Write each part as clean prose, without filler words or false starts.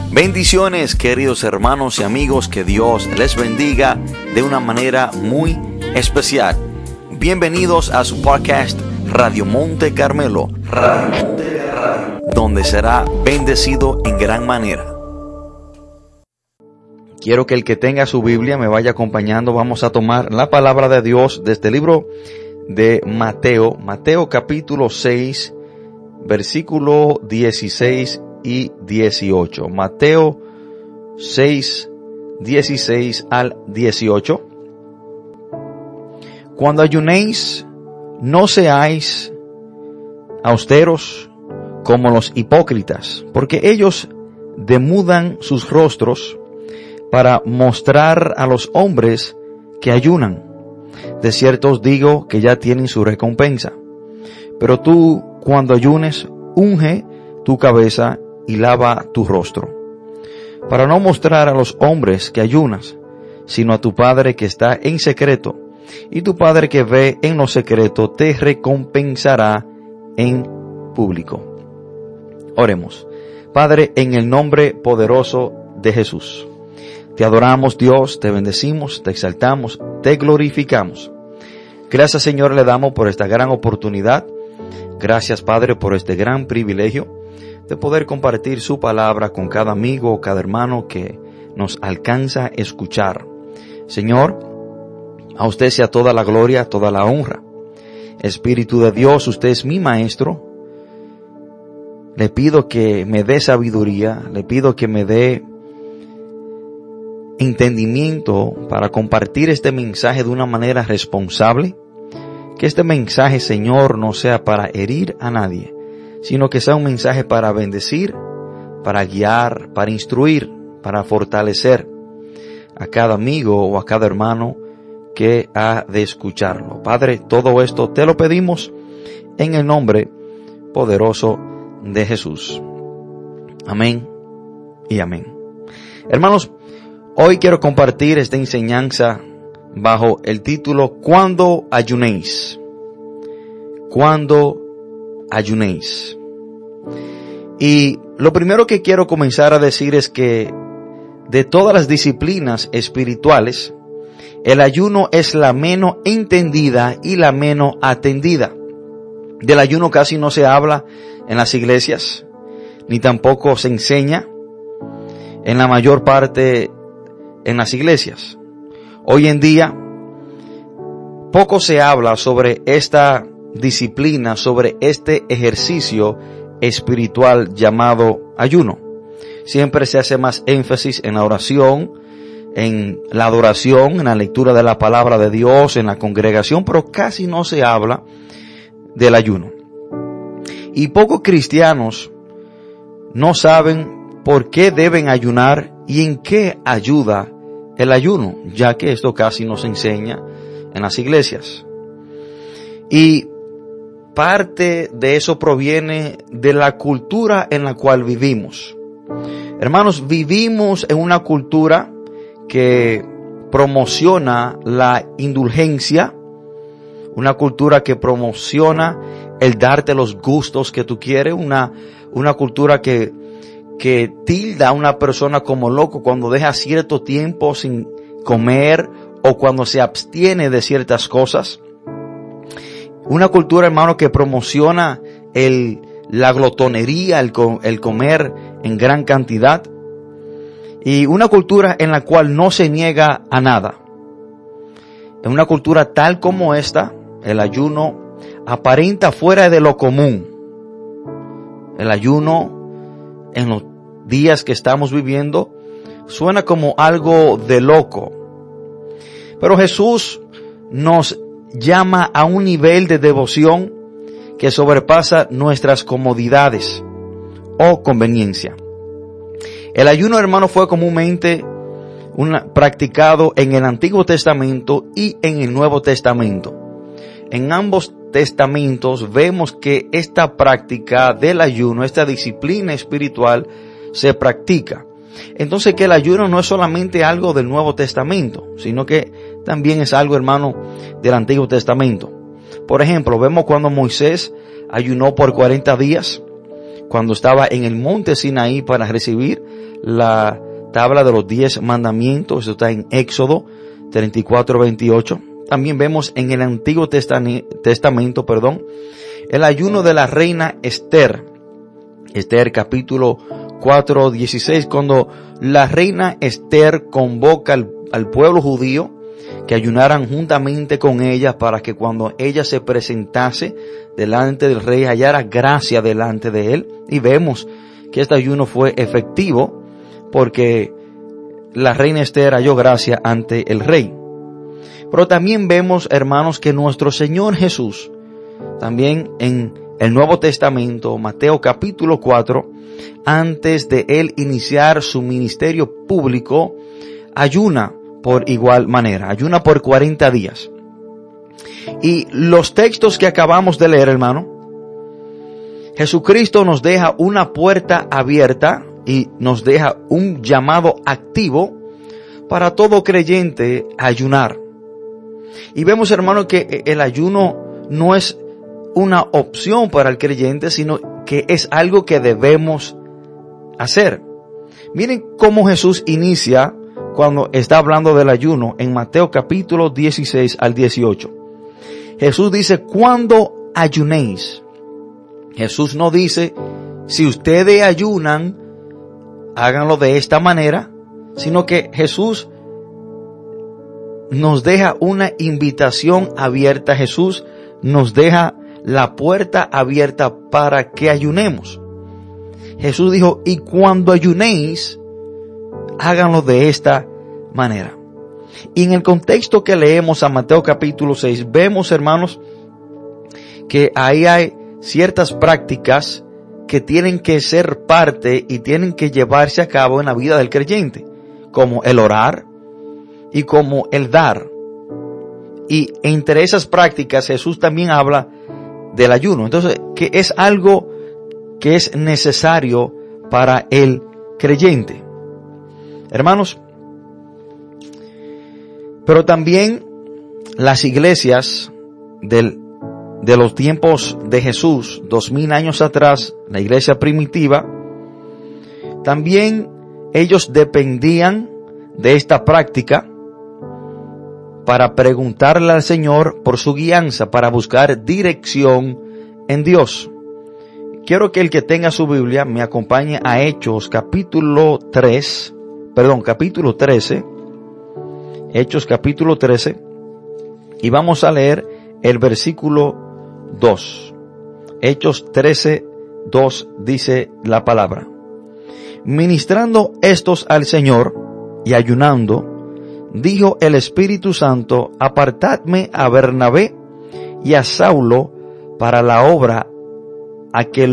Bendiciones, queridos hermanos y amigos, que Dios les bendiga de una manera muy especial. Bienvenidos a su podcast Radio Monte Carmelo, donde será bendecido en gran manera. Quiero que el que tenga su Biblia me vaya acompañando. Vamos a tomar la palabra de Dios desde el libro de Mateo capítulo 6, versículo 16 y 18. Mateo 6, 16 al 18. Cuando ayunéis, no seáis austeros como los hipócritas, porque ellos demudan sus rostros para mostrar a los hombres que ayunan. De cierto os digo que ya tienen su recompensa. Pero tú, cuando ayunes, unge tu cabeza y lava tu rostro, para no mostrar a los hombres que ayunas, sino a tu Padre que está en secreto, y tu Padre que ve en lo secreto te recompensará en público. Oremos. Padre, en el nombre poderoso de Jesús, te adoramos, Dios, te bendecimos, te exaltamos, te glorificamos. Gracias, Señor, le damos por esta gran oportunidad. Gracias, Padre, por este gran privilegio de poder compartir su palabra con cada amigo o cada hermano que nos alcanza a escuchar. Señor, a usted sea toda la gloria, toda la honra. Espíritu de Dios, usted es mi maestro. Le pido que me dé sabiduría, le pido que me dé entendimiento para compartir este mensaje de una manera responsable. Que este mensaje, Señor, no sea para herir a nadie, sino que sea un mensaje para bendecir, para guiar, para instruir, para fortalecer a cada amigo o a cada hermano que ha de escucharlo. Padre, todo esto te lo pedimos en el nombre poderoso de Jesús. Amén y amén. Hermanos, hoy quiero compartir esta enseñanza bajo el título Cuando ayunéis. Cuando ayunéis. Y lo primero que quiero comenzar a decir es que de todas las disciplinas espirituales, el ayuno es la menos entendida y la menos atendida. Del ayuno casi no se habla en las iglesias, ni tampoco se enseña en la mayor parte en las iglesias. Hoy en día, poco se habla sobre esta disciplina, sobre este ejercicio espiritual llamado ayuno. Siempre se hace más énfasis en la oración, en la adoración, en la lectura de la palabra de Dios, en la congregación, pero casi no se habla del ayuno. Y pocos cristianos no saben por qué deben ayunar y en qué ayuda el ayuno, ya que esto casi no se enseña en las iglesias. Y parte de eso proviene de la cultura en la cual vivimos. Hermanos, vivimos en una cultura que promociona la indulgencia, una cultura que promociona el darte los gustos que tú quieres, una cultura que tilda a una persona como loco cuando deja cierto tiempo sin comer o cuando se abstiene de ciertas cosas. Una cultura, hermano, que promociona la glotonería, el comer en gran cantidad. Y una cultura en la cual no se niega a nada. En una cultura tal como esta, el ayuno aparenta fuera de lo común. El ayuno en los días que estamos viviendo suena como algo de loco. Pero Jesús nos llama a un nivel de devoción que sobrepasa nuestras comodidades o conveniencia. El ayuno, hermano, fue comúnmente practicado en el Antiguo Testamento y en el Nuevo Testamento. En ambos testamentos vemos que esta práctica del ayuno, esta disciplina espiritual, se practica. Entonces, que el ayuno no es solamente algo del Nuevo Testamento, sino que también es algo, hermano, del Antiguo Testamento. Por ejemplo, vemos cuando Moisés ayunó por 40 días, cuando estaba en el monte Sinaí para recibir la tabla de los 10 mandamientos. Eso está en Éxodo 34:28. También vemos en el Antiguo Testamento, el ayuno de la reina Esther. Esther capítulo 4:16, cuando la reina Esther convoca al pueblo judío que ayunaran juntamente con ella para que cuando ella se presentase delante del rey hallara gracia delante de él. Y vemos que este ayuno fue efectivo porque la reina Esther halló gracia ante el rey. Pero también vemos, hermanos, que nuestro Señor Jesús, también en el Nuevo Testamento, Mateo capítulo 4, antes de él iniciar su ministerio público, ayuna por igual manera, ayuna por 40 días. Y los textos que acabamos de leer, hermano, Jesucristo nos deja una puerta abierta y nos deja un llamado activo para todo creyente a ayunar. Y vemos, hermano, que el ayuno no es una opción para el creyente, sino que es algo que debemos hacer. Miren cómo Jesús inicia cuando está hablando del ayuno en Mateo capítulo 16 al 18. Jesús dice, cuando ayunéis. Jesús no dice, si ustedes ayunan, háganlo de esta manera, sino que Jesús nos deja una invitación abierta. Jesús nos deja la puerta abierta para que ayunemos. Jesús dijo, y cuando ayunéis, háganlo de esta manera. Y en el contexto que leemos a Mateo capítulo 6, vemos, hermanos, que ahí hay ciertas prácticas que tienen que ser parte y tienen que llevarse a cabo en la vida del creyente, como el orar y como el dar. Y entre esas prácticas Jesús también habla del ayuno. Entonces, que es algo que es necesario para el creyente. Hermanos, pero también las iglesias de los tiempos de Jesús, 2000 años atrás, la iglesia primitiva, también ellos dependían de esta práctica para preguntarle al Señor por su guianza, para buscar dirección en Dios. Quiero que el que tenga su Biblia me acompañe a Hechos capítulo 13. Hechos capítulo 13. Y vamos a leer el versículo 2. Hechos 13, 2 dice la palabra. Ministrando estos al Señor y ayunando, dijo el Espíritu Santo, apartadme a Bernabé y a Saulo para la obra a que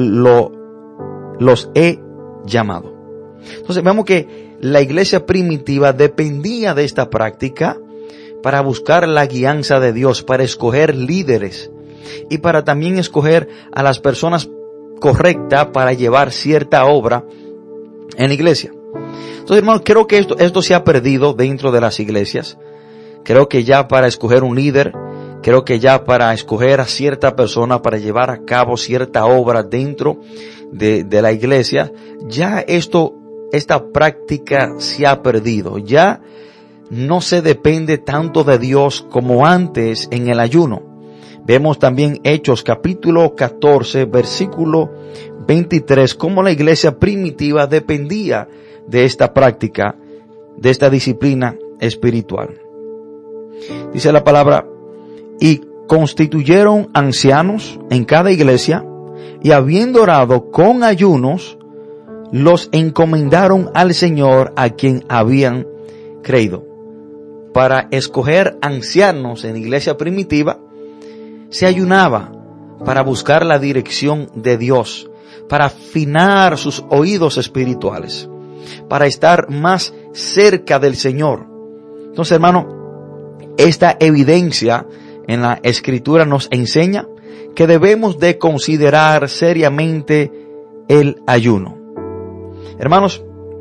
los he llamado. Entonces vemos que la iglesia primitiva dependía de esta práctica para buscar la guianza de Dios, para escoger líderes y para también escoger a las personas correctas para llevar cierta obra en la iglesia. Entonces, hermanos, creo que esto se ha perdido dentro de las iglesias. Creo que ya para escoger un líder, creo que ya para escoger a cierta persona para llevar a cabo cierta obra dentro de la iglesia, ya esta práctica se ha perdido. Ya no se depende tanto de Dios como antes en el ayuno. Vemos también Hechos capítulo 14, versículo 23, cómo la iglesia primitiva dependía de esta práctica, de esta disciplina espiritual. Dice la palabra, y constituyeron ancianos en cada iglesia, y habiendo orado con ayunos, los encomendaron al Señor a quien habían creído. Para escoger ancianos en la iglesia primitiva, se ayunaba para buscar la dirección de Dios, para afinar sus oídos espirituales, para estar más cerca del Señor. Entonces, hermano, esta evidencia en la Escritura nos enseña que debemos de considerar seriamente el ayuno. Hermanos,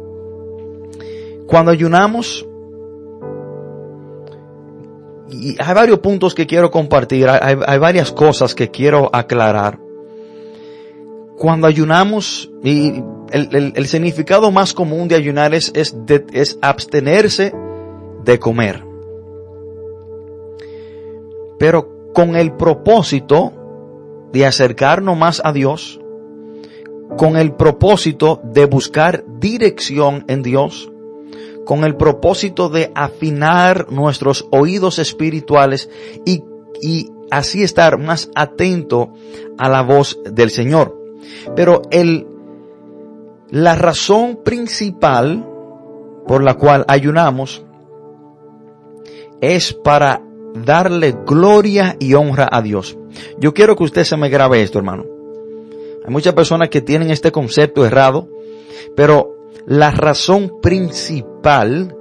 cuando ayunamos, y hay varios puntos que quiero compartir, hay varias cosas que quiero aclarar. cuando ayunamos, y el significado más común de ayunar es abstenerse de comer. Pero con el propósito de acercarnos más a Dios, con el propósito de buscar dirección en Dios, con el propósito de afinar nuestros oídos espirituales y así estar más atento a la voz del Señor. Pero la razón principal por la cual ayunamos es para darle gloria y honra a Dios. Yo quiero que usted se me grabe esto, hermano. Hay muchas personas que tienen este concepto errado, pero la razón principal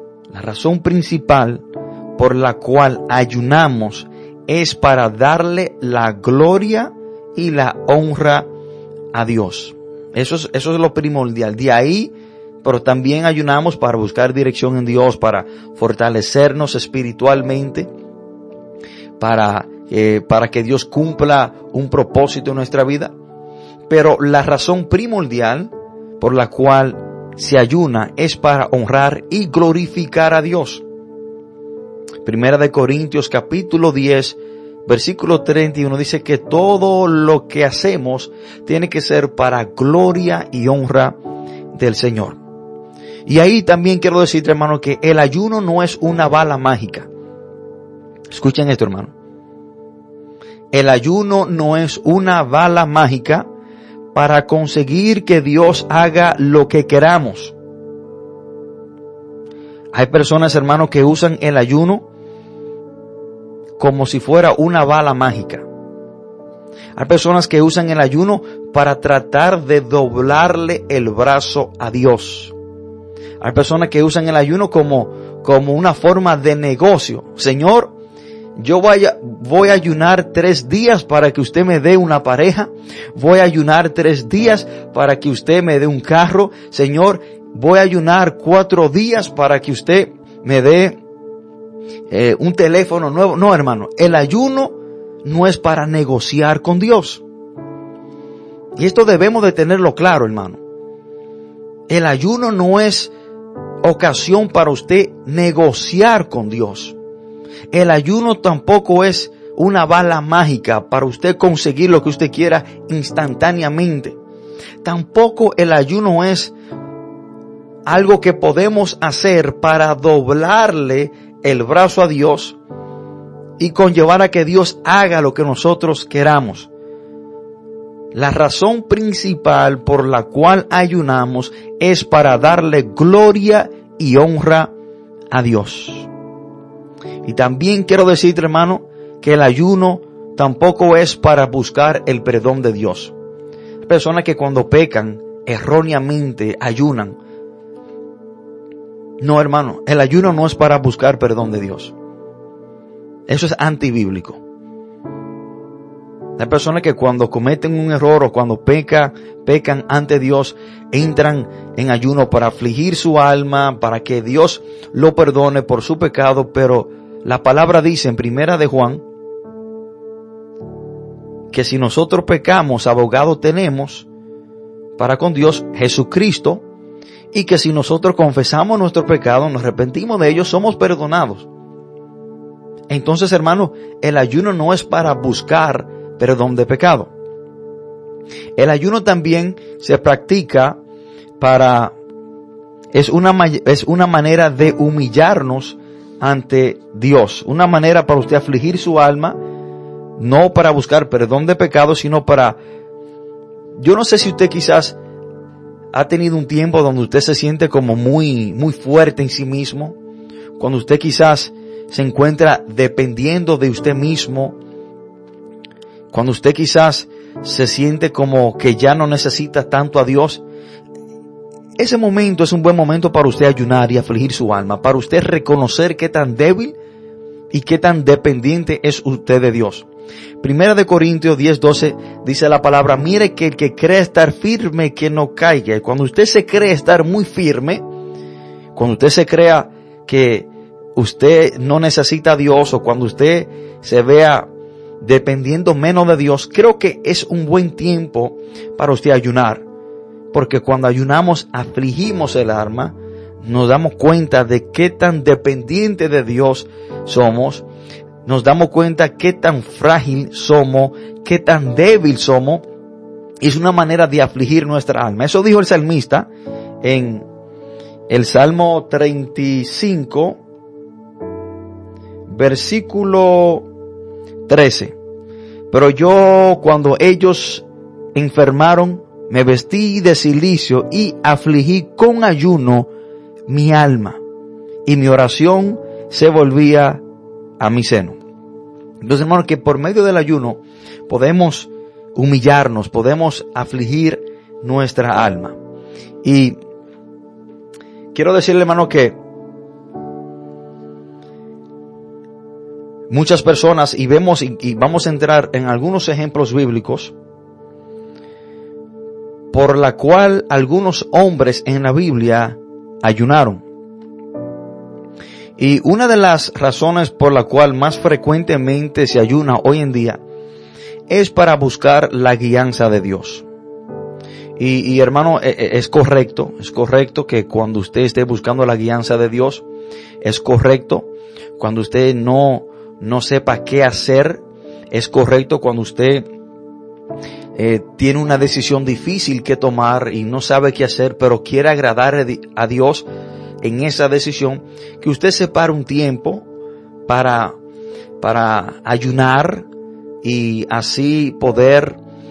por la cual ayunamos es para darle la gloria y la honra a Dios. Eso es lo primordial. De ahí, pero también ayunamos para buscar dirección en Dios, para fortalecernos espiritualmente, para que Dios cumpla un propósito en nuestra vida. Pero la razón primordial por la cual se ayuna es para honrar y glorificar a Dios. Primera de Corintios capítulo 10, versículo 31 dice que todo lo que hacemos tiene que ser para gloria y honra del Señor. Y ahí también quiero decirte, hermano, que el ayuno no es una bala mágica. Escuchen esto, hermano. El ayuno no es una bala mágica para conseguir que Dios haga lo que queramos. Hay personas, hermanos, que usan el ayuno como si fuera una bala mágica. Hay personas que usan el ayuno para tratar de doblarle el brazo a Dios. Hay personas que usan el ayuno como una forma de negocio. Señor, yo voy a ayunar 3 días para que usted me dé una pareja. Voy a ayunar 3 días para que usted me dé un carro. Señor, voy a ayunar 4 días para que usted me dé un teléfono nuevo. No, hermano, el ayuno no es para negociar con Dios. Y esto debemos de tenerlo claro, hermano. El ayuno no es ocasión para usted negociar con Dios. El ayuno tampoco es una bala mágica para usted conseguir lo que usted quiera instantáneamente. Tampoco el ayuno es algo que podemos hacer para doblarle el brazo a Dios y conllevar a que Dios haga lo que nosotros queramos. La razón principal por la cual ayunamos es para darle gloria y honra a Dios. Y también quiero decirte, hermano, que el ayuno tampoco es para buscar el perdón de Dios. Hay personas que cuando pecan erróneamente ayunan. No, hermano, el ayuno no es para buscar perdón de Dios. Eso es antibíblico. Hay personas que cuando cometen un error o cuando pecan ante Dios, entran en ayuno para afligir su alma, para que Dios lo perdone por su pecado, pero la palabra dice en Primera de Juan que si nosotros pecamos, abogado tenemos para con Dios, Jesucristo, y que si nosotros confesamos nuestro pecado, nos arrepentimos de ellos, somos perdonados. Entonces, hermano, el ayuno no es para buscar perdón de pecado. El ayuno también se practica es una manera de humillarnos ante Dios, una manera para usted afligir su alma, no para buscar perdón de pecado, sino yo no sé si usted quizás ha tenido un tiempo donde usted se siente como muy fuerte en sí mismo, cuando usted quizás se encuentra dependiendo de usted mismo, cuando usted quizás se siente como que ya no necesita tanto a Dios. Ese momento es un buen momento para usted ayunar y afligir su alma, para usted reconocer qué tan débil y qué tan dependiente es usted de Dios. Primera de Corintios 10:12 dice la palabra, mire que el que cree estar firme, que no caiga. Y cuando usted se cree estar muy firme, cuando usted se crea que usted no necesita a Dios, o cuando usted se vea dependiendo menos de Dios, creo que es un buen tiempo para usted ayunar. Porque cuando ayunamos, afligimos el alma, nos damos cuenta de qué tan dependiente de Dios somos, nos damos cuenta qué tan frágil somos, qué tan débil somos. Es una manera de afligir nuestra alma. Eso dijo el salmista en el Salmo 35, versículo 13. Pero yo, cuando ellos enfermaron, me vestí de cilicio y afligí con ayuno mi alma, y mi oración se volvía a mi seno. Entonces, hermano, que por medio del ayuno podemos humillarnos, podemos afligir nuestra alma. Y quiero decirle, hermano, que muchas personas, y vemos y vamos a entrar en algunos ejemplos bíblicos, por la cual algunos hombres en la Biblia ayunaron. Y una de las razones por la cual más frecuentemente se ayuna hoy en día es para buscar la guianza de Dios. Y hermano, es correcto que cuando usted esté buscando la guianza de Dios, es correcto cuando usted no sepa qué hacer, es correcto cuando usted tiene una decisión difícil que tomar y no sabe qué hacer, pero quiere agradar a Dios en esa decisión, que usted separe un tiempo para ayunar y así poder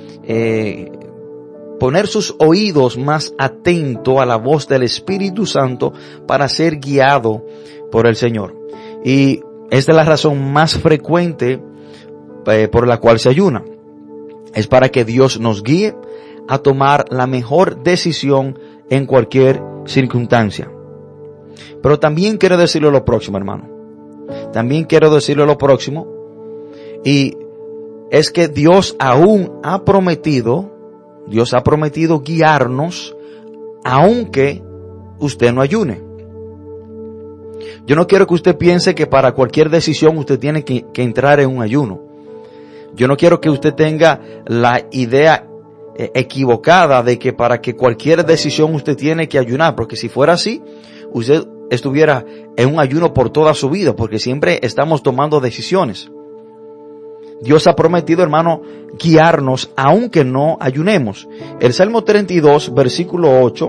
poner sus oídos más atentos a la voz del Espíritu Santo para ser guiado por el Señor. Y esta es la razón más frecuente por la cual se ayuna. Es para que Dios nos guíe a tomar la mejor decisión en cualquier circunstancia. Pero también quiero decirle lo próximo, hermano. También quiero decirle lo próximo. Y es que Dios aún ha prometido guiarnos aunque usted no ayune. Yo no quiero que usted piense que para cualquier decisión usted tiene que entrar en un ayuno. Yo no quiero que usted tenga la idea equivocada de que para que cualquier decisión usted tiene que ayunar, porque si fuera así, usted estuviera en un ayuno por toda su vida, porque siempre estamos tomando decisiones. Dios ha prometido, hermano, guiarnos aunque no ayunemos. El Salmo 32, versículo 8,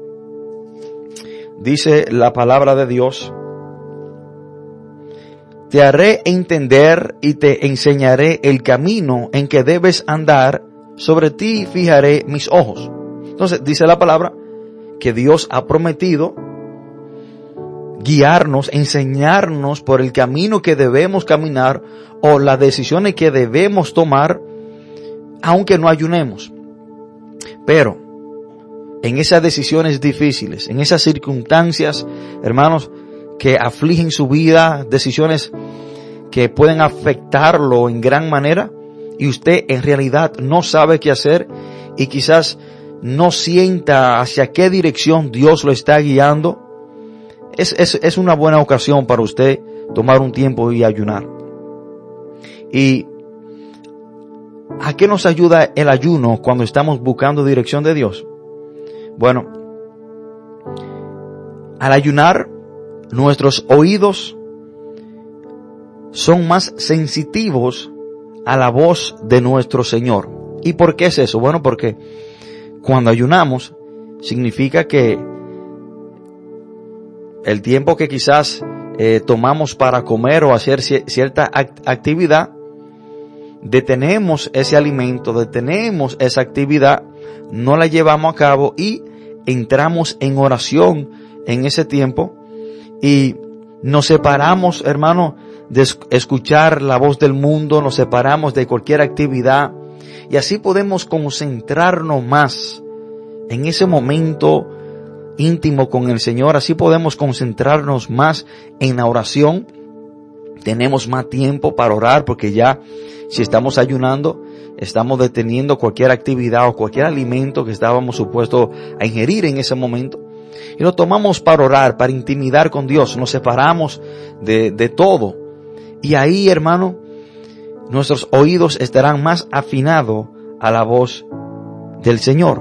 dice la palabra de Dios: te haré entender y te enseñaré el camino en que debes andar, sobre ti fijaré mis ojos. Entonces dice la palabra que Dios ha prometido guiarnos, enseñarnos por el camino que debemos caminar o las decisiones que debemos tomar aunque no ayunemos. Pero en esas decisiones difíciles, en esas circunstancias, hermanos, que afligen su vida, decisiones que pueden afectarlo en gran manera, y usted en realidad no sabe qué hacer y quizás no sienta hacia qué dirección Dios lo está guiando, es una buena ocasión para usted tomar un tiempo y ayunar. ¿Y a qué nos ayuda el ayuno cuando estamos buscando dirección de Dios? Bueno, al ayunar, nuestros oídos son más sensitivos a la voz de nuestro Señor. ¿Y por qué es eso? Bueno, porque cuando ayunamos significa que el tiempo que quizás tomamos para comer o hacer cierta actividad, detenemos ese alimento, detenemos esa actividad, no la llevamos a cabo y entramos en oración en ese tiempo y nos separamos, hermano, de escuchar la voz del mundo, nos separamos de cualquier actividad y así podemos concentrarnos más en ese momento íntimo con el Señor. Así podemos concentrarnos más en la oración. Tenemos más tiempo para orar porque ya si estamos ayunando, estamos deteniendo cualquier actividad o cualquier alimento que estábamos supuestos a ingerir en ese momento. Y lo tomamos para orar, para intimidar con Dios. Nos separamos de todo. Y ahí, hermano, nuestros oídos estarán más afinados a la voz del Señor.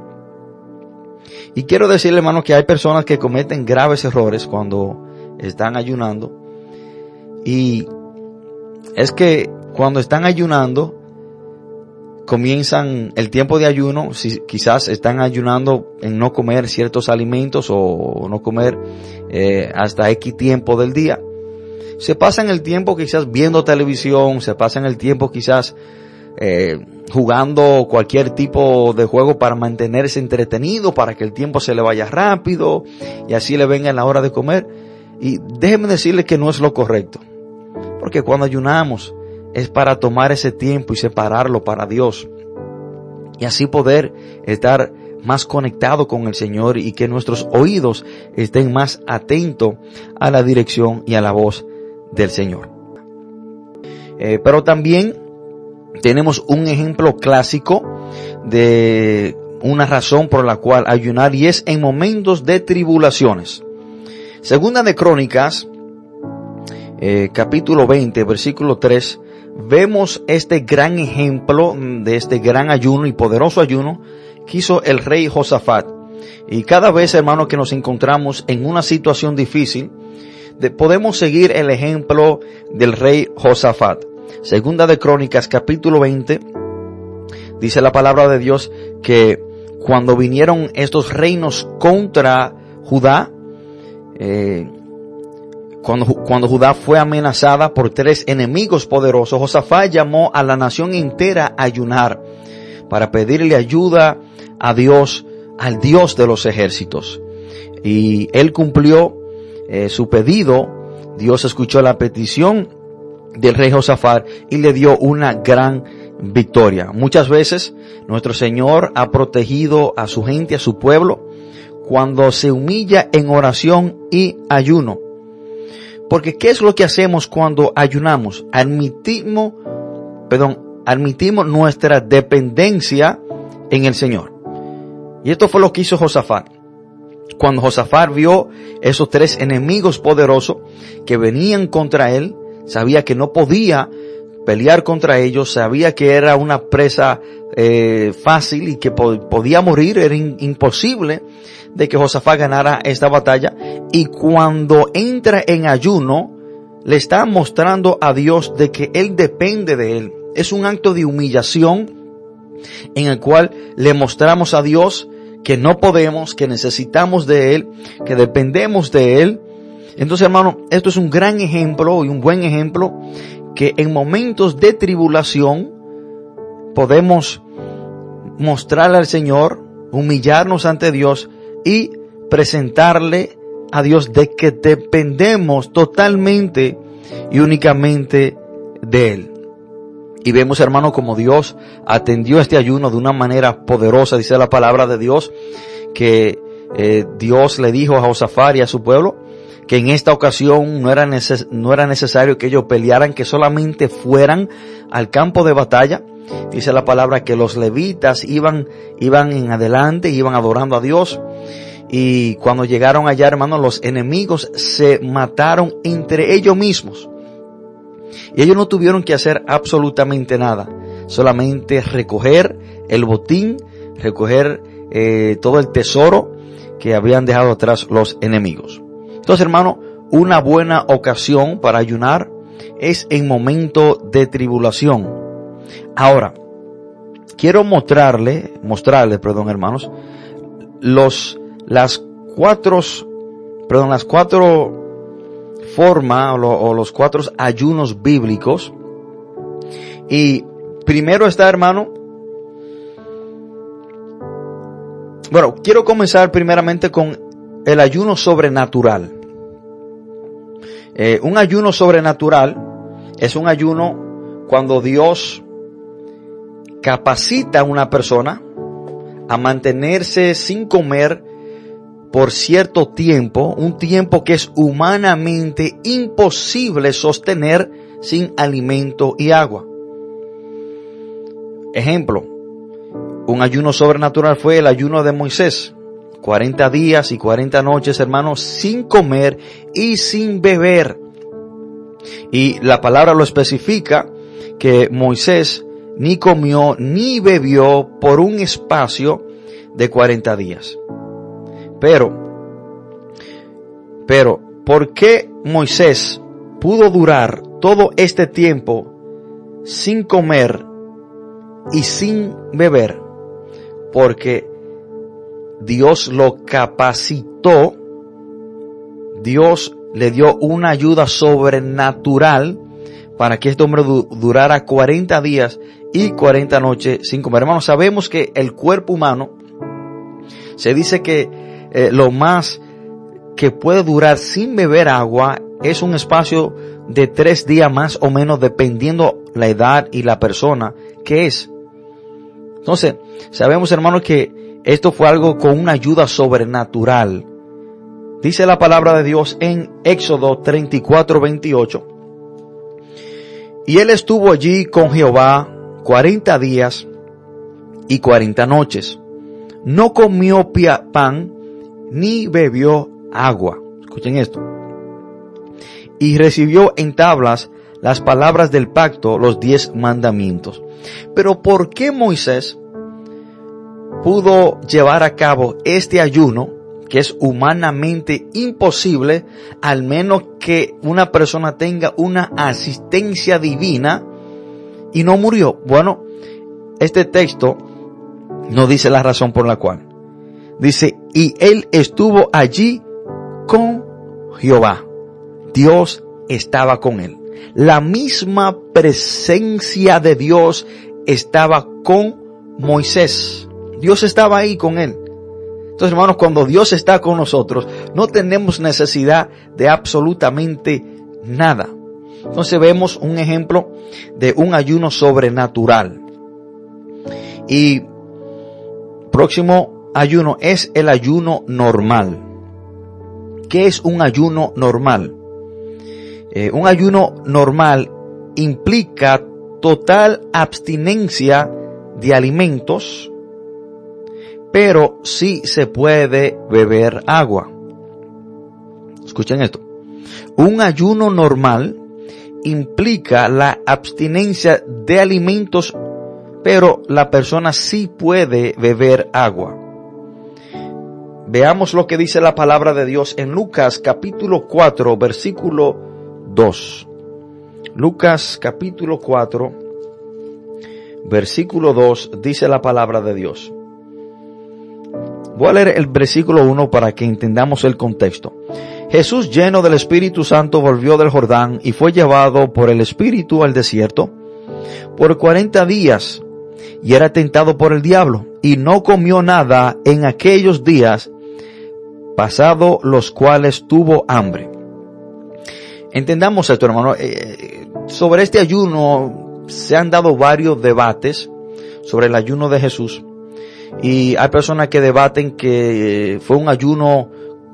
Y quiero decirle, hermano, que hay personas que cometen graves errores cuando están ayunando. Y es que cuando están ayunando, comienzan el tiempo de ayuno, si quizás están ayunando en no comer ciertos alimentos o no comer hasta X tiempo del día. Se pasan el tiempo quizás viendo televisión, se pasan el tiempo quizás jugando cualquier tipo de juego para mantenerse entretenido, para que el tiempo se le vaya rápido y así le venga la hora de comer. Y déjenme decirles que no es lo correcto, porque cuando ayunamos es para tomar ese tiempo y separarlo para Dios y así poder estar más conectado con el Señor y que nuestros oídos estén más atentos a la dirección y a la voz del Señor. Pero también tenemos un ejemplo clásico de una razón por la cual ayunar, y es en momentos de tribulaciones. Segunda de Crónicas, capítulo 20, versículo 3, vemos este gran ejemplo de este gran ayuno y poderoso ayuno que hizo el rey Josafat. Y cada vez, hermano, que nos encontramos en una situación difícil, podemos seguir el ejemplo del rey Josafat. Segunda de Crónicas, capítulo 20, dice la palabra de Dios que cuando vinieron estos reinos contra Judá, cuando Judá fue amenazada por 3 enemigos poderosos, Josafat llamó a la nación entera a ayunar para pedirle ayuda a Dios, al Dios de los ejércitos. Y él cumplió su pedido. Dios escuchó la petición del rey Josafat y le dio una gran victoria. Muchas veces nuestro Señor ha protegido a su gente, a su pueblo, cuando se humilla en oración y ayuno. Porque ¿qué es lo que hacemos cuando ayunamos? Admitimos nuestra dependencia en el Señor. Y esto fue lo que hizo Josafat. Cuando Josafat vio esos 3 enemigos poderosos que venían contra él, sabía que no podía pelear contra ellos, sabía que era una presa fácil y que podía morir, era imposible de que Josafat ganara esta batalla. Y cuando entra en ayuno, le está mostrando a Dios de que él depende de él. Es un acto de humillación en el cual le mostramos a Dios que no podemos, que necesitamos de él, que dependemos de él. Entonces, hermano, esto es un gran ejemplo y un buen ejemplo que en momentos de tribulación podemos mostrarle al Señor, humillarnos ante Dios y presentarle a Dios de que dependemos totalmente y únicamente de Él. Y vemos, hermano, como Dios atendió este ayuno de una manera poderosa. Dice la palabra de Dios que Dios le dijo a Josafat y a su pueblo que en esta ocasión no era necesario que ellos pelearan, que solamente fueran al campo de batalla. Dice la palabra que los levitas iban en adelante, iban adorando a Dios. Y cuando llegaron allá, hermanos, los enemigos se mataron entre ellos mismos. Y ellos no tuvieron que hacer absolutamente nada, solamente recoger el botín, recoger todo el tesoro que habían dejado atrás los enemigos. Entonces, hermano, una buena ocasión para ayunar es en momento de tribulación. Ahora, quiero mostrarle, hermanos, las cuatro formas o los 4 ayunos bíblicos. Y primero está, hermano, bueno, quiero comenzar primeramente con el ayuno sobrenatural. Un ayuno sobrenatural es un ayuno cuando Dios capacita a una persona a mantenerse sin comer por cierto tiempo, un tiempo que es humanamente imposible sostener sin alimento y agua. Ejemplo, un ayuno sobrenatural fue el ayuno de Moisés. 40 días y 40 noches, hermanos, sin comer y sin beber. Y la palabra lo especifica, que Moisés ni comió ni bebió por un espacio de 40 días. Pero, ¿por qué Moisés pudo durar todo este tiempo sin comer y sin beber? Porque Dios lo capacitó, Dios le dio una ayuda sobrenatural para que este hombre durara 40 días y 40 noches sin comer. Hermanos, sabemos que el cuerpo humano, se dice que lo más que puede durar sin beber agua es un espacio de 3 días más o menos, dependiendo la edad y la persona que es. Entonces, sabemos, hermanos, que esto fue algo con una ayuda sobrenatural. Dice la palabra de Dios en Éxodo 34:28. Y él estuvo allí con Jehová 40 días y 40 noches. No comió pan ni bebió agua. Escuchen esto. Y recibió en tablas las palabras del pacto, los 10 mandamientos. Pero ¿por qué Moisés pudo llevar a cabo este ayuno, que es humanamente imposible, al menos que una persona tenga una asistencia divina, y no murió? Bueno, este texto no dice la razón por la cual. Dice, y él estuvo allí con Jehová. Dios estaba con él. La misma presencia de Dios estaba con Moisés. Dios estaba ahí con él. Entonces, hermanos, cuando Dios está con nosotros, no tenemos necesidad de absolutamente nada. Entonces vemos un ejemplo de un ayuno sobrenatural. Y próximo ayuno es el ayuno normal. ¿Qué es un ayuno normal? Un ayuno normal implica total abstinencia de alimentos, pero sí se puede beber agua. Escuchen esto. Un ayuno normal implica la abstinencia de alimentos, pero la persona sí puede beber agua. Veamos lo que dice la palabra de Dios en Lucas capítulo 4, versículo 2. Lucas capítulo 4, versículo 2, dice la palabra de Dios. Voy a leer el versículo 1 para que entendamos el contexto. Jesús, lleno del Espíritu Santo, volvió del Jordán y fue llevado por el Espíritu al desierto por 40 días y era tentado por el diablo y no comió nada en aquellos días, pasado los cuales tuvo hambre. Entendamos esto, hermano. Sobre este ayuno se han dado varios debates sobre el ayuno de Jesús. Y hay personas que debaten que fue un ayuno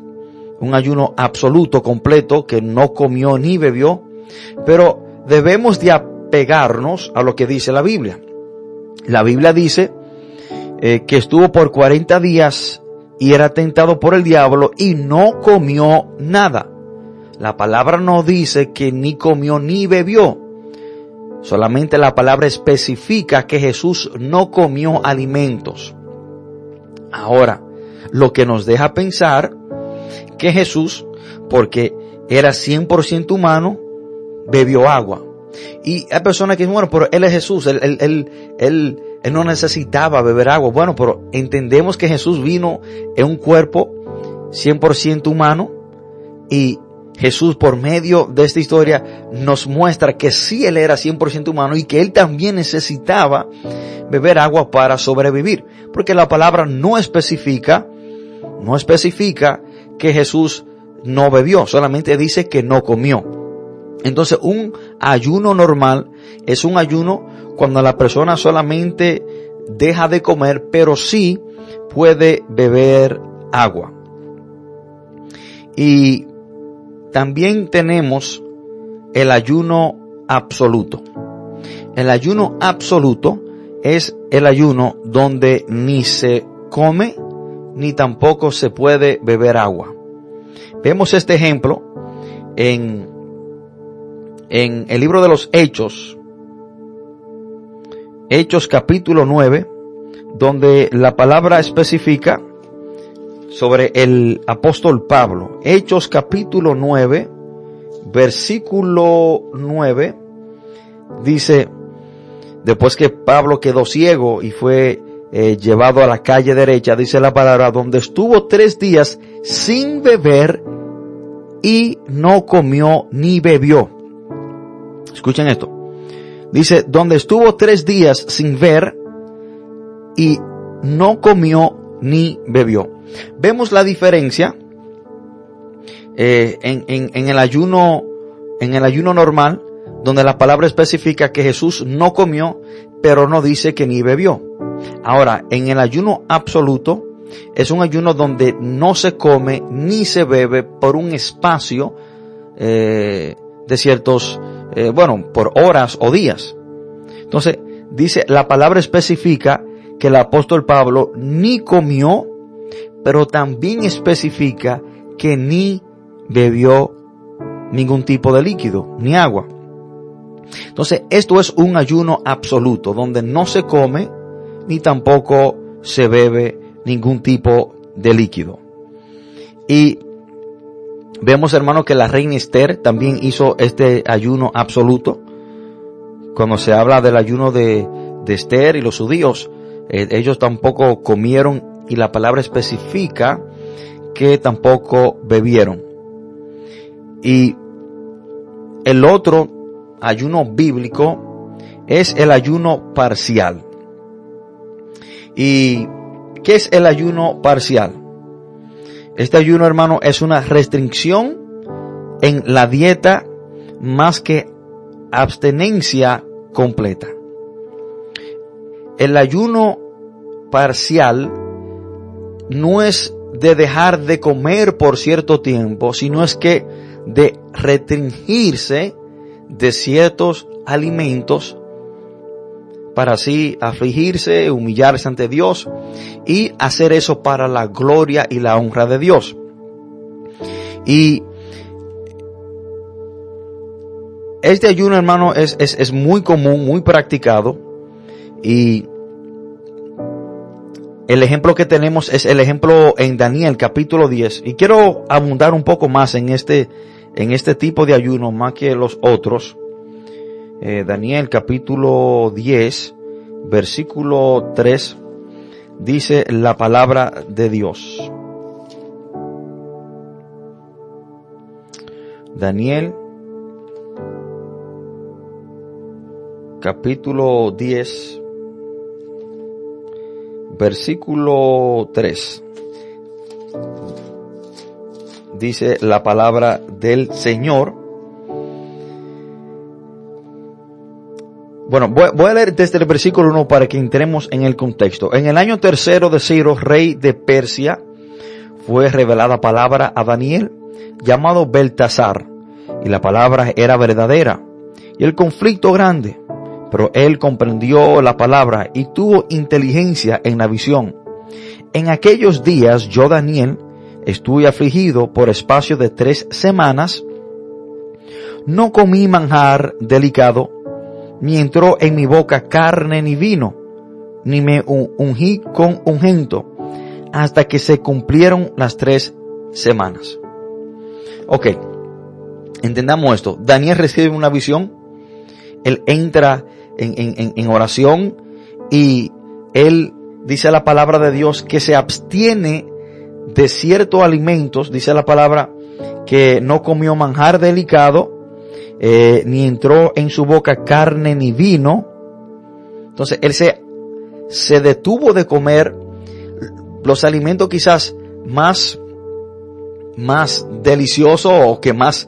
absoluto, completo, que no comió ni bebió. Pero debemos de apegarnos a lo que dice la Biblia. La Biblia dice que estuvo por 40 días y era tentado por el diablo y no comió nada. La palabra no dice que ni comió ni bebió. Solamente la palabra especifica que Jesús no comió alimentos. Ahora, lo que nos deja pensar que Jesús, porque era 100% humano, bebió agua. Y hay personas que dicen, bueno, pero él es Jesús, él no necesitaba beber agua. Bueno, pero entendemos que Jesús vino en un cuerpo 100% humano, y Jesús, por medio de esta historia, nos muestra que sí él era 100% humano y que él también necesitaba beber agua para sobrevivir. Porque la palabra no especifica que Jesús no bebió, solamente dice que no comió. Entonces, un ayuno normal es un ayuno cuando la persona solamente deja de comer, pero sí puede beber agua. Y también tenemos el ayuno absoluto. El ayuno absoluto es el ayuno donde ni se come ni tampoco se puede beber agua. Vemos este ejemplo en el libro de los Hechos, Hechos capítulo 9, donde la palabra especifica sobre el apóstol Pablo. Hechos capítulo 9, versículo 9, dice, después que Pablo quedó ciego y fue llevado a la calle derecha, dice la palabra, donde estuvo 3 días sin beber y no comió ni bebió. Escuchen esto. Dice, donde estuvo 3 días sin ver y no comió ni bebió. Vemos la diferencia en el ayuno normal, donde la palabra especifica que Jesús no comió, pero no dice que ni bebió. Ahora, en el ayuno absoluto, es un ayuno donde no se come ni se bebe por un espacio de ciertos, por horas o días. Entonces, dice, la palabra especifica que el apóstol Pablo ni comió, pero también especifica que ni bebió ningún tipo de líquido, ni agua. Entonces, esto es un ayuno absoluto, donde no se come, ni tampoco se bebe ningún tipo de líquido. Y vemos, hermano, que la reina Esther también hizo este ayuno absoluto. Cuando se habla del ayuno de Esther y los judíos, ellos tampoco comieron, y la palabra especifica que tampoco bebieron. Y el otro ayuno bíblico es el ayuno parcial. ¿Y qué es el ayuno parcial? Este ayuno, hermano, es una restricción en la dieta más que abstenencia completa. El ayuno parcial no es de dejar de comer por cierto tiempo, sino es que de restringirse de ciertos alimentos para así afligirse, humillarse ante Dios y hacer eso para la gloria y la honra de Dios. Y este ayuno, hermano, es muy común, muy practicado, y el ejemplo que tenemos es el ejemplo en Daniel capítulo 10, y quiero abundar un poco más en este tipo de ayuno más que los otros. Daniel capítulo 10, versículo 3, dice la palabra de Dios. Daniel capítulo 10, versículo 3. Dice la palabra del Señor. Bueno, voy a leer desde el versículo 1 para que entremos en el contexto. En el año 3 de Ciro, rey de Persia, fue revelada palabra a Daniel, llamado Beltasar, y la palabra era verdadera, y el conflicto grande. Pero él comprendió la palabra y tuvo inteligencia en la visión. En aquellos días yo, Daniel, estuve afligido por espacio de 3 semanas. No comí manjar delicado, ni entró en mi boca carne ni vino, ni me ungí con ungüento, hasta que se cumplieron las 3 semanas. Ok, entendamos esto. Daniel recibe una visión, él entra en oración, y él dice la palabra de Dios que se abstiene de ciertos alimentos. Dice la palabra que no comió manjar delicado, ni entró en su boca carne ni vino. Entonces él se detuvo de comer los alimentos quizás más deliciosos, o que más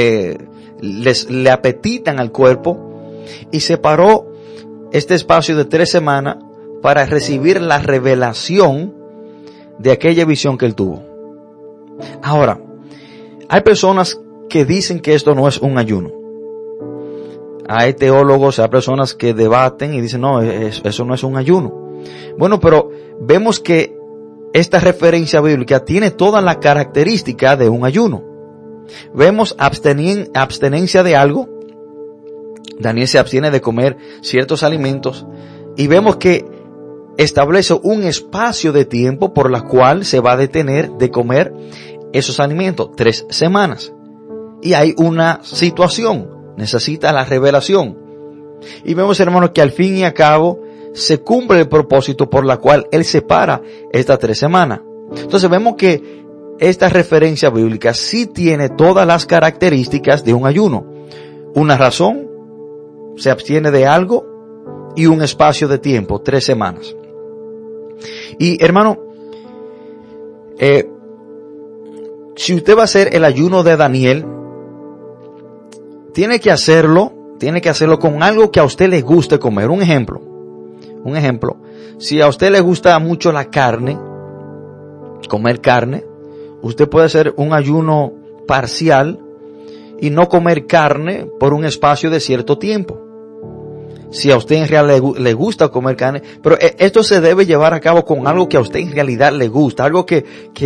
le apetitan al cuerpo, y separó este espacio de 3 semanas para recibir la revelación de aquella visión que él tuvo. Ahora, hay personas que dicen que esto no es un ayuno. Hay teólogos, hay personas que debaten y dicen, no, eso no es un ayuno. Bueno, pero vemos que esta referencia bíblica tiene toda la característica de un ayuno. Vemos abstenencia de algo. Daniel se abstiene de comer ciertos alimentos. Y vemos que establece un espacio de tiempo por la cual se va a detener de comer esos alimentos, 3 semanas. Y hay una situación, necesita la revelación. Y vemos, hermanos, que al fin y al cabo se cumple el propósito por la cual Él separa estas 3 semanas. Entonces vemos que esta referencia bíblica sí tiene todas las características de un ayuno. Una razón, se abstiene de algo, y un espacio de tiempo, 3 semanas. Y hermano, si usted va a hacer el ayuno de Daniel, tiene que hacerlo con algo que a usted le guste comer. Un ejemplo, si a usted le gusta mucho la carne, comer carne, usted puede hacer un ayuno parcial y no comer carne por un espacio de cierto tiempo. Si a usted en realidad le gusta comer carne, pero esto se debe llevar a cabo con algo que a usted en realidad le gusta, algo que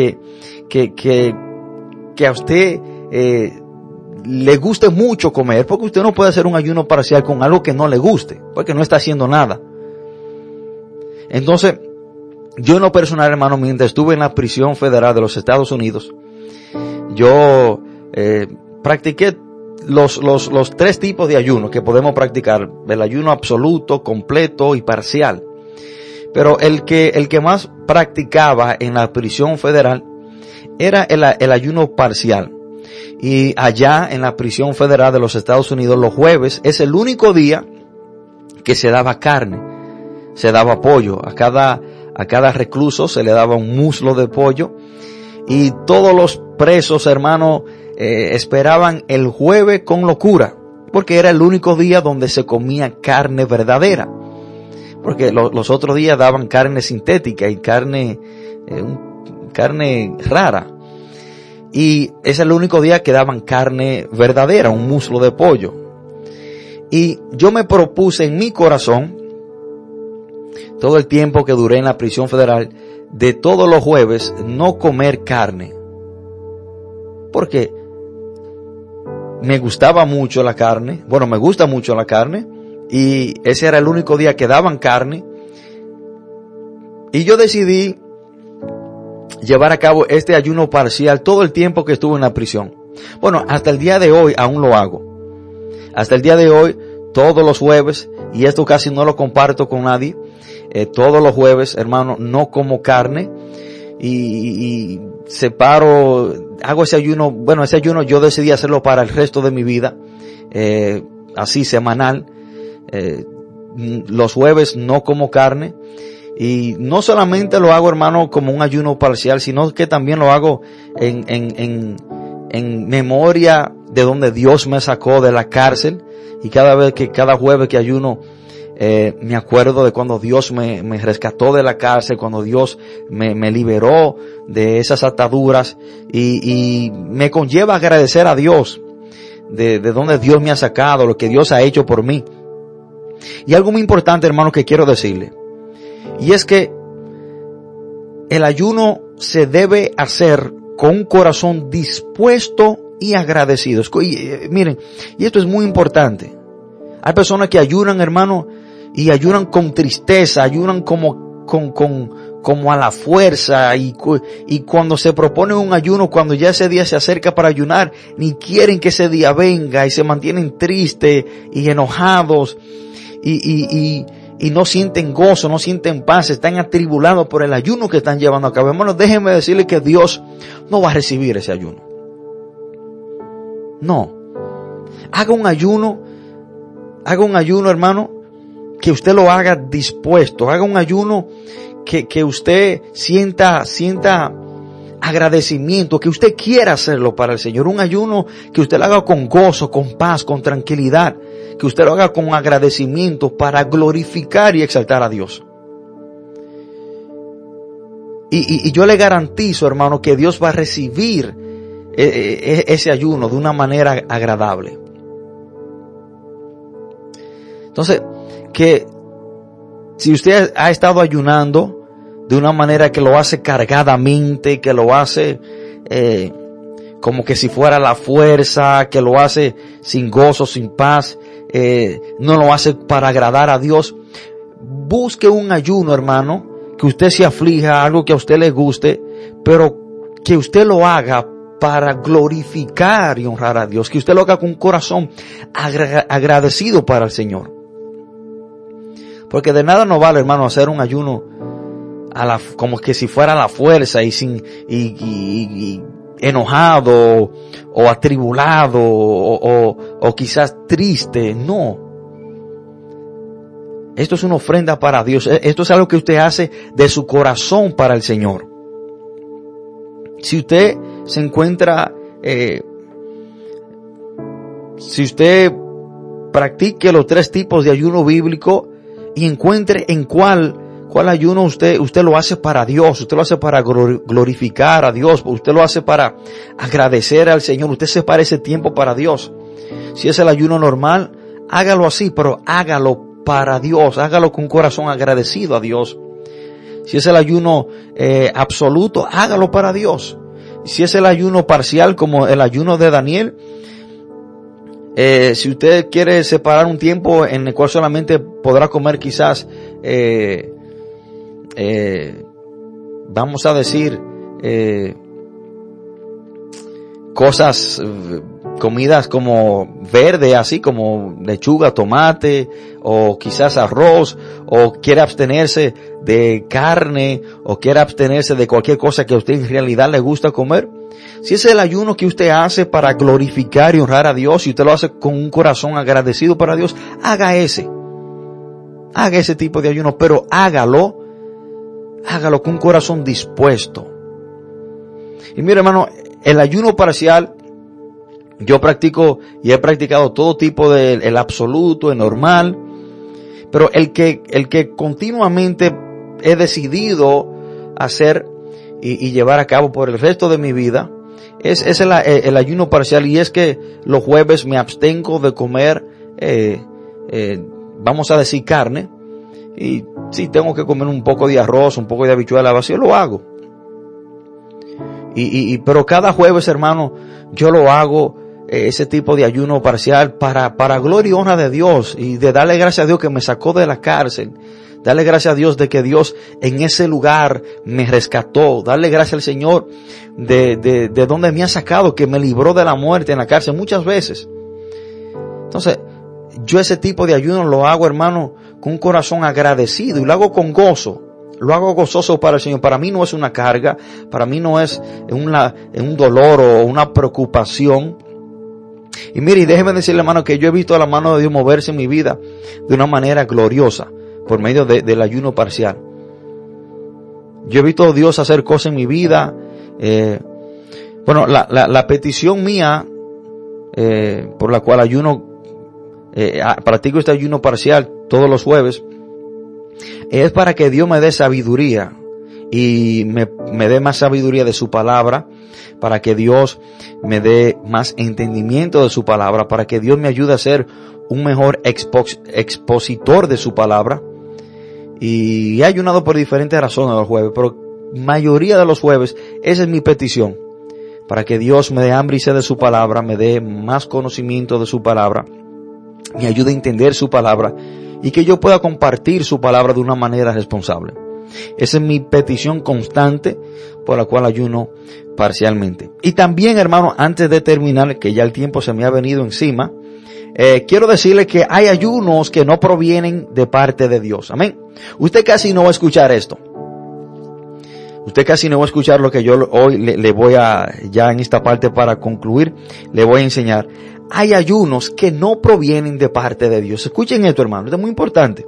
a usted le guste mucho comer, porque usted no puede hacer un ayuno parcial con algo que no le guste, porque no está haciendo nada. Entonces, yo en lo personal, hermano, mientras estuve en la prisión federal de los Estados Unidos, yo practiqué los 3 tipos de ayuno que podemos practicar: el ayuno absoluto, completo y parcial. Pero el que más practicaba en la prisión federal era el ayuno parcial. Y allá en la prisión federal de los Estados Unidos, los jueves es el único día que se daba carne, se daba pollo. A cada recluso se le daba un muslo de pollo, y todos los presos, hermanos, esperaban el jueves con locura, porque era el único día donde se comía carne verdadera, porque los otros días daban carne sintética y carne rara, y es el único día que daban carne verdadera, un muslo de pollo. Y yo me propuse en mi corazón, todo el tiempo que duré en la prisión federal, de todos los jueves no comer carne, porque me gustaba mucho la carne, me gusta mucho la carne, y ese era el único día que daban carne. Y yo decidí llevar a cabo este ayuno parcial todo el tiempo que estuve en la prisión. Hasta el día de hoy aún lo hago. Hasta el día de hoy, todos los jueves, y esto casi no lo comparto con nadie, todos los jueves, hermano, no como carne, y hago ese ayuno. Ese ayuno yo decidí hacerlo para el resto de mi vida, así semanal. Los jueves no como carne, y no solamente lo hago, hermano, como un ayuno parcial, sino que también lo hago en memoria de donde Dios me sacó de la cárcel, y cada jueves que ayuno, me acuerdo de cuando Dios me rescató de la cárcel, cuando Dios me liberó de esas ataduras, y me conlleva agradecer a Dios de donde Dios me ha sacado, lo que Dios ha hecho por mí. Y algo muy importante, hermano, que quiero decirle, y es que el ayuno se debe hacer con un corazón dispuesto y agradecido. Miren, y esto es muy importante. Hay personas que ayunan, hermano, y ayunan con tristeza, ayunan como a la fuerza, y cuando se propone un ayuno, cuando ya ese día se acerca para ayunar, ni quieren que ese día venga, y se mantienen tristes y enojados, y no sienten gozo, no sienten paz, están atribulados por el ayuno que están llevando a cabo. Hermanos, déjenme decirles que Dios no va a recibir ese ayuno. No. Haga un ayuno, hermano, que usted lo haga dispuesto. Haga un ayuno que usted sienta agradecimiento, que usted quiera hacerlo para el Señor. Un ayuno que usted lo haga con gozo, con paz, con tranquilidad. Que usted lo haga con agradecimiento para glorificar y exaltar a Dios. Y yo le garantizo, hermano, que Dios va a recibir ese ayuno de una manera agradable. Entonces, que si usted ha estado ayunando de una manera que lo hace cargadamente, que lo hace como que si fuera la fuerza, que lo hace sin gozo, sin paz, no lo hace para agradar a Dios, busque un ayuno, hermano, que usted se aflija, algo que a usted le guste, pero que usted lo haga para glorificar y honrar a Dios, que usted lo haga con un corazón agradecido para el Señor. Porque de nada nos vale, hermano, hacer un ayuno como que si fuera a la fuerza y enojado o atribulado o quizás triste. No. Esto es una ofrenda para Dios. Esto es algo que usted hace de su corazón para el Señor. Si usted se encuentra, si usted practique los 3 tipos de ayuno bíblico y encuentre en cuál ayuno usted lo hace para Dios, usted lo hace para glorificar a Dios, usted lo hace para agradecer al Señor, usted separa ese tiempo para Dios. Si es el ayuno normal, hágalo así, pero hágalo para Dios, hágalo con un corazón agradecido a Dios. Si es el ayuno absoluto, hágalo para Dios. Si es el ayuno parcial, como el ayuno de Daniel, si usted quiere separar un tiempo en el cual solamente podrá comer quizás, vamos a decir, comidas como verde, así como lechuga, tomate, o quizás arroz, o quiere abstenerse de carne, o quiere abstenerse de cualquier cosa que a usted en realidad le gusta comer. Si es el ayuno que usted hace para glorificar y honrar a Dios, y usted lo hace con un corazón agradecido para Dios, haga ese tipo de ayuno, pero hágalo con un corazón dispuesto. Y mire, hermano, el ayuno parcial, yo practico y he practicado todo tipo de el absoluto, el normal, pero el que continuamente he decidido hacer y llevar a cabo por el resto de mi vida es el ayuno parcial, y es que los jueves me abstengo de comer, vamos a decir, carne, y si tengo que comer un poco de arroz, un poco de habichuela vacío, lo hago. Pero cada jueves, hermano, yo lo hago, ese tipo de ayuno parcial para gloria y honra de Dios, y de darle gracias a Dios que me sacó de la cárcel. Darle gracias a Dios de que Dios en ese lugar me rescató. Darle gracias al Señor de donde me ha sacado, que me libró de la muerte en la cárcel muchas veces. Entonces, yo ese tipo de ayuno lo hago, hermano, con un corazón agradecido, y lo hago con gozo. Lo hago gozoso para el Señor. Para mí no es una carga, para mí no es un dolor o una preocupación. Y mire, y déjeme decirle, hermano, que yo he visto a la mano de Dios moverse en mi vida de una manera gloriosa por medio del ayuno parcial. Yo he visto a Dios hacer cosas en mi vida. Bueno, la petición mía, por la cual practico este ayuno parcial todos los jueves, es para que Dios me dé sabiduría y me dé más sabiduría de su palabra, para que Dios me dé más entendimiento de su palabra, para que Dios me ayude a ser un mejor expositor de su palabra. Y he ayunado por diferentes razones los jueves, pero mayoría de los jueves esa es mi petición, para que Dios me dé hambre y sed de su palabra, me dé más conocimiento de su palabra, me ayude a entender su palabra, y que yo pueda compartir su palabra de una manera responsable. Esa es mi petición constante, por la cual ayuno parcialmente. Y también, hermano, antes de terminar, que ya el tiempo se me ha venido encima, quiero decirle que hay ayunos que no provienen de parte de Dios. Amén. Usted casi no va a escuchar esto. Usted casi no va a escuchar lo que yo hoy le voy a, ya en esta parte para concluir, le voy a enseñar. Hay ayunos que no provienen de parte de Dios. Escuchen esto, hermano, esto es muy importante.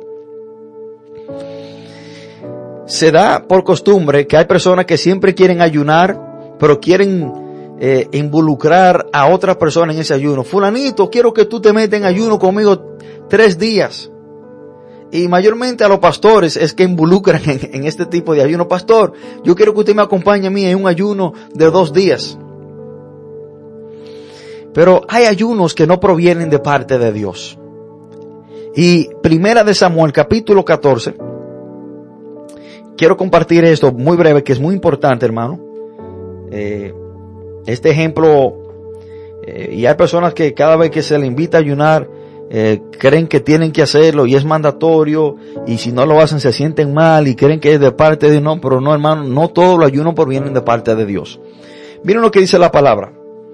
Se da por costumbre que hay personas que siempre quieren ayunar, pero quieren involucrar a otra persona en ese ayuno. Fulanito, quiero que tú te metas en ayuno conmigo 3 días. Y mayormente a los pastores es que involucran en este tipo de ayuno. Pastor, yo quiero que usted me acompañe a mí en un ayuno de 2 días. Pero hay ayunos que no provienen de parte de Dios. Y Primera de Samuel, capítulo 14. Quiero compartir esto muy breve, que es muy importante, hermano. Este ejemplo, y hay personas que cada vez que se le invita a ayunar, creen que tienen que hacerlo y es mandatorio, y si no lo hacen se sienten mal y creen que es de parte de Dios. No, pero no, hermano, no todos los ayunos provienen de parte de Dios. Miren lo que dice la palabra.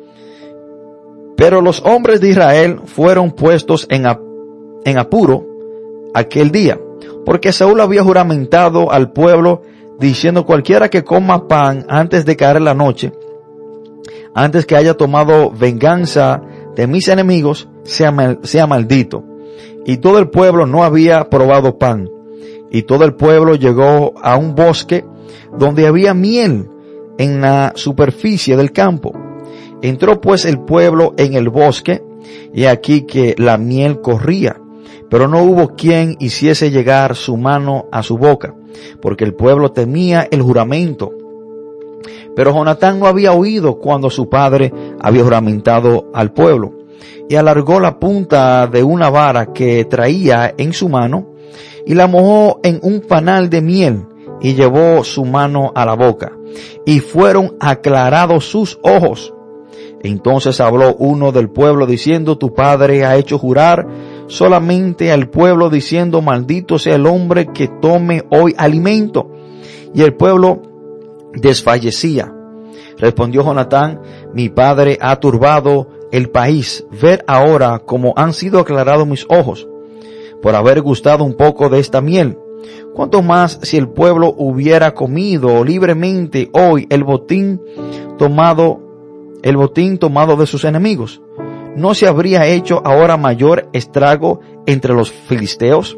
Pero los hombres de Israel fueron puestos en apuro aquel día, porque Saúl había juramentado al pueblo diciendo: cualquiera que coma pan antes de caer la noche, antes que haya tomado venganza de mis enemigos, sea maldito. Y todo el pueblo no había probado pan. Y todo el pueblo llegó a un bosque donde había miel en la superficie del campo. Entró pues el pueblo en el bosque, y aquí que la miel corría, pero no hubo quien hiciese llegar su mano a su boca, porque el pueblo temía el juramento. Pero Jonatán no había oído cuando su padre había juramentado al pueblo, y alargó la punta de una vara que traía en su mano, y la mojó en un panal de miel, y llevó su mano a la boca, y fueron aclarados sus ojos. Entonces habló uno del pueblo diciendo: tu padre ha hecho jurar solamente al pueblo diciendo: maldito sea el hombre que tome hoy alimento. Y el pueblo desfallecía. Respondió Jonatán: mi padre ha turbado el país. Ved ahora cómo han sido aclarados mis ojos por haber gustado un poco de esta miel. Cuánto más si el pueblo hubiera comido libremente hoy el botín tomado de sus enemigos. ¿No se habría hecho ahora mayor estrago entre los filisteos?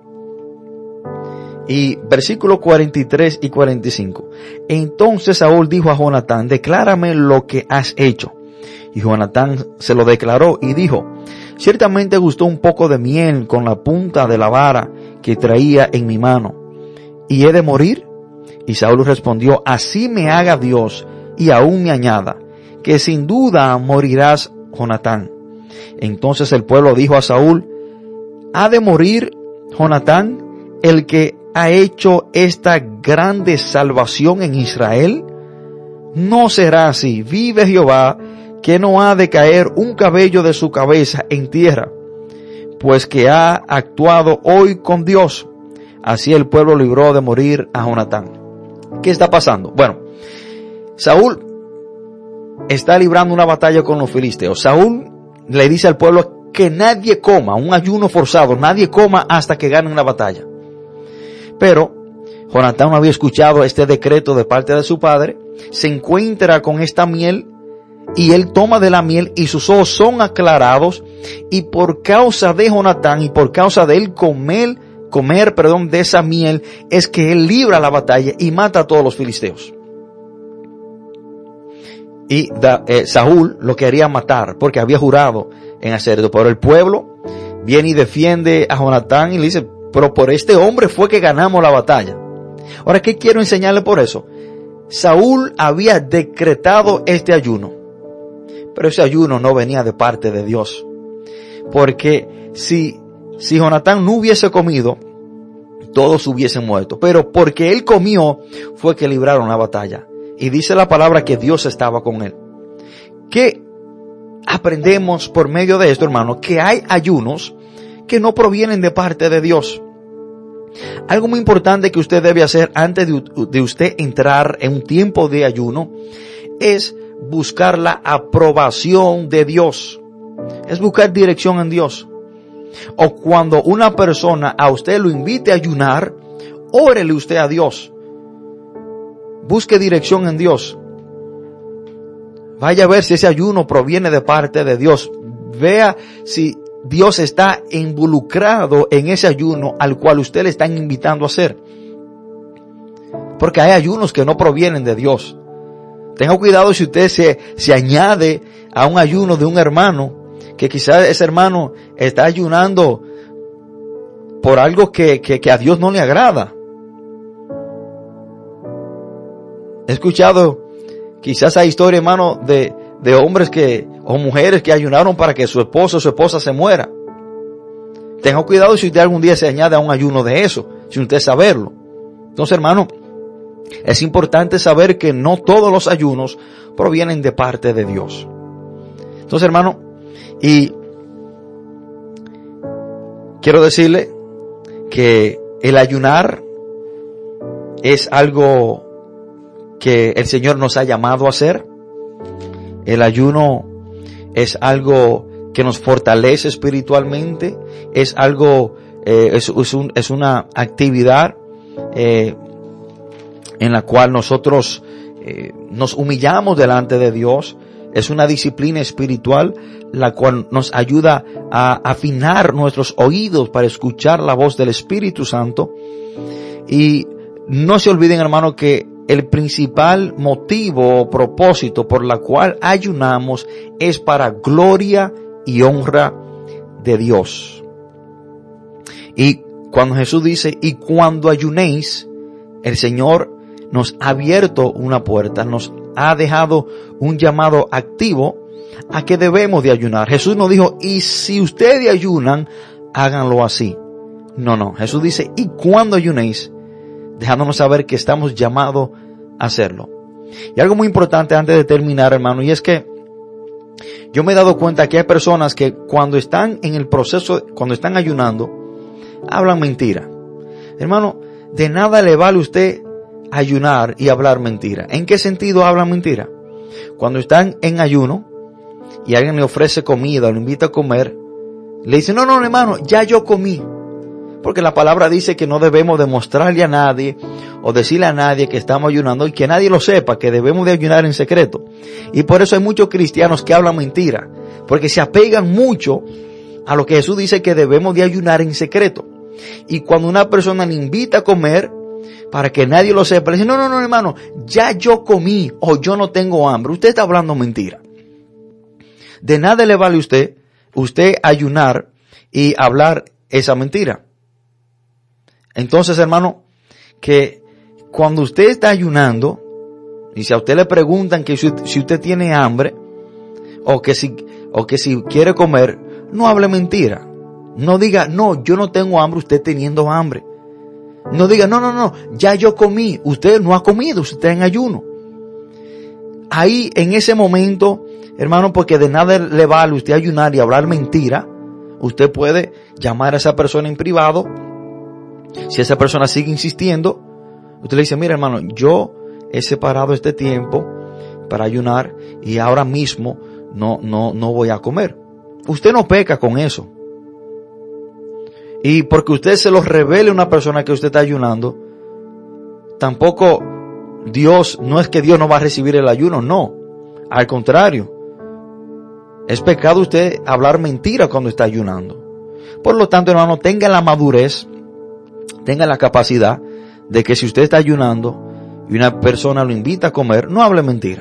Y versículos 43 y 45. Entonces Saúl dijo a Jonatán: declárame lo que has hecho. Y Jonatán se lo declaró y dijo: ciertamente gustó un poco de miel con la punta de la vara que traía en mi mano, ¿y he de morir? Y Saúl respondió: así me haga Dios y aún me añada, que sin duda morirás, Jonatán. Entonces el pueblo dijo a Saúl: ¿ha de morir Jonatán, el que ha hecho esta grande salvación en Israel? No será así, vive Jehová, que no ha de caer un cabello de su cabeza en tierra, pues que ha actuado hoy con Dios. Así el pueblo libró de morir a Jonatán. ¿Qué está pasando? Bueno, Saúl está librando una batalla con los filisteos. Saúl le dice al pueblo que nadie coma, un ayuno forzado, nadie coma hasta que ganen la batalla. Pero Jonatán no había escuchado este decreto de parte de su padre, se encuentra con esta miel y él toma de la miel y sus ojos son aclarados, y por causa de Jonatán y por causa de él comer de esa miel es que él libra la batalla y mata a todos los filisteos. Y Saúl lo quería matar porque había jurado en hacerlo, pero el pueblo viene y defiende a Jonatán y le dice: pero por este hombre fue que ganamos la batalla. Ahora, ¿qué quiero enseñarle por eso? Saúl había decretado este ayuno, pero ese ayuno no venía de parte de Dios, porque si Jonatán no hubiese comido, todos hubiesen muerto, pero porque él comió fue que libraron la batalla. Y dice la palabra que Dios estaba con él. ¿Qué aprendemos por medio de esto, hermano? Que hay ayunos que no provienen de parte de Dios. Algo muy importante que usted debe hacer antes de usted entrar en un tiempo de ayuno es buscar la aprobación de Dios. Es buscar dirección en Dios. O cuando una persona a usted lo invite a ayunar, órele usted a Dios. Busque dirección en Dios. Vaya a ver si ese ayuno proviene de parte de Dios. Vea si Dios está involucrado en ese ayuno al cual usted le están invitando a hacer. Porque hay ayunos que no provienen de Dios. Tenga cuidado si usted se añade a un ayuno de un hermano, que quizás ese hermano está ayunando por algo que a Dios no le agrada. He escuchado quizás hay historia, hermano, de hombres o mujeres que ayunaron para que su esposo o su esposa se muera. Tenga cuidado si usted algún día se añade a un ayuno de eso, sin usted saberlo. Entonces, hermano, es importante saber que no todos los ayunos provienen de parte de Dios. Entonces, hermano, y quiero decirle que el ayunar es algo que el Señor nos ha llamado a hacer. El ayuno es algo que nos fortalece espiritualmente, es algo, es una actividad en la cual nosotros nos humillamos delante de Dios. Es una disciplina espiritual la cual nos ayuda a afinar nuestros oídos para escuchar la voz del Espíritu Santo. Y no se olviden, hermano, que el principal motivo o propósito por la cual ayunamos es para gloria y honra de Dios. Y cuando Jesús dice, y cuando ayunéis, el Señor nos ha abierto una puerta, nos ha dejado un llamado activo a que debemos de ayunar. Jesús nos dijo, y si ustedes ayunan, háganlo así. No, Jesús dice, y cuando ayunéis, dejándonos saber que estamos llamados a hacerlo. Y algo muy importante antes de terminar, hermano, y es que yo me he dado cuenta que hay personas que cuando están en el proceso, cuando están ayunando, hablan mentira. Hermano, de nada le vale usted ayunar y hablar mentira. ¿En qué sentido hablan mentira? Cuando están en ayuno y alguien le ofrece comida o le invita a comer, le dice, no, hermano, ya yo comí. Porque la palabra dice que no debemos demostrarle a nadie o decirle a nadie que estamos ayunando y que nadie lo sepa, que debemos de ayunar en secreto. Y por eso hay muchos cristianos que hablan mentira, porque se apegan mucho a lo que Jesús dice que debemos de ayunar en secreto. Y cuando una persona le invita a comer, para que nadie lo sepa, le dice, no, hermano, ya yo comí o yo no tengo hambre. Usted está hablando mentira. De nada le vale usted ayunar y hablar esa mentira. Entonces, hermano, que cuando usted está ayunando, y si a usted le preguntan que si usted tiene hambre, o que si quiere comer, no hable mentira. No diga, no, yo no tengo hambre, usted teniendo hambre. No diga, no, ya yo comí, usted no ha comido, usted está en ayuno. Ahí, en ese momento, hermano, porque de nada le vale usted ayunar y hablar mentira, usted puede llamar a esa persona en privado. Si esa persona sigue insistiendo, usted le dice, mira, hermano, yo he separado este tiempo para ayunar y ahora mismo no voy a comer. Usted no peca con eso. Y porque usted se lo revele a una persona que usted está ayunando, tampoco no es que Dios no va a recibir el ayuno, no. Al contrario, es pecado usted hablar mentira cuando está ayunando. Por lo tanto, hermano, tenga la madurez, tenga la capacidad de que si usted está ayunando y una persona lo invita a comer, no hable mentira.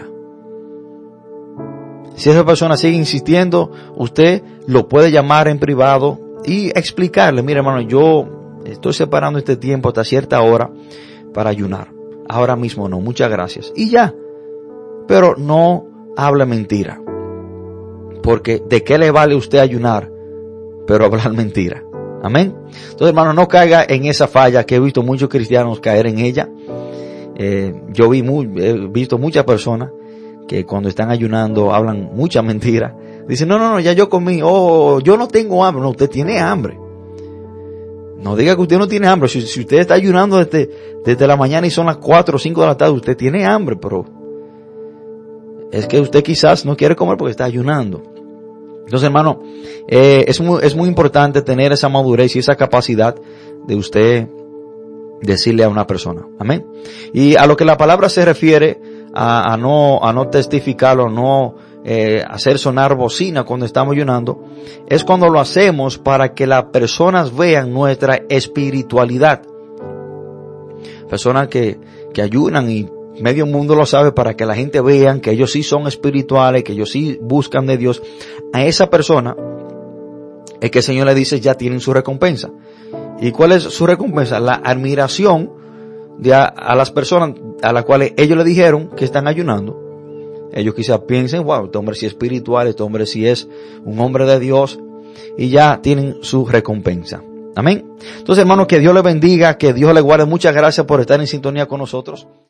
Si esa persona sigue insistiendo, usted lo puede llamar en privado y explicarle, mira, hermano, yo estoy separando este tiempo hasta cierta hora para ayunar. Ahora mismo no, muchas gracias. Y ya. Pero no hable mentira. Porque ¿de qué le vale usted ayunar, pero hablar mentira? Amén. Entonces, hermano, no caiga en esa falla que he visto muchos cristianos caer en ella. Yo he visto muchas personas que cuando están ayunando hablan mucha mentira. Dicen, no, ya yo comí, yo no tengo hambre. No, usted tiene hambre. No diga que usted no tiene hambre. Si usted está ayunando desde la mañana y son las 4 o 5 de la tarde, usted tiene hambre, pero es que usted quizás no quiere comer porque está ayunando. Entonces, hermano, es muy importante tener esa madurez y esa capacidad de usted decirle a una persona. Amén. Y a lo que la palabra se refiere, a no testificarlo, a no hacer sonar bocina cuando estamos ayunando, es cuando lo hacemos para que las personas vean nuestra espiritualidad. Personas que ayunan y medio mundo lo sabe, para que la gente vean que ellos sí son espirituales, que ellos sí buscan de Dios. A esa persona es que el Señor le dice, ya tienen su recompensa. ¿Y cuál es su recompensa? La admiración a las personas a las cuales ellos le dijeron que están ayunando. Ellos quizás piensen, wow, este hombre sí es espiritual, este hombre sí es un hombre de Dios, y ya tienen su recompensa. Amén. Entonces, hermano, que Dios le bendiga, que Dios le guarde. Muchas gracias por estar en sintonía con nosotros.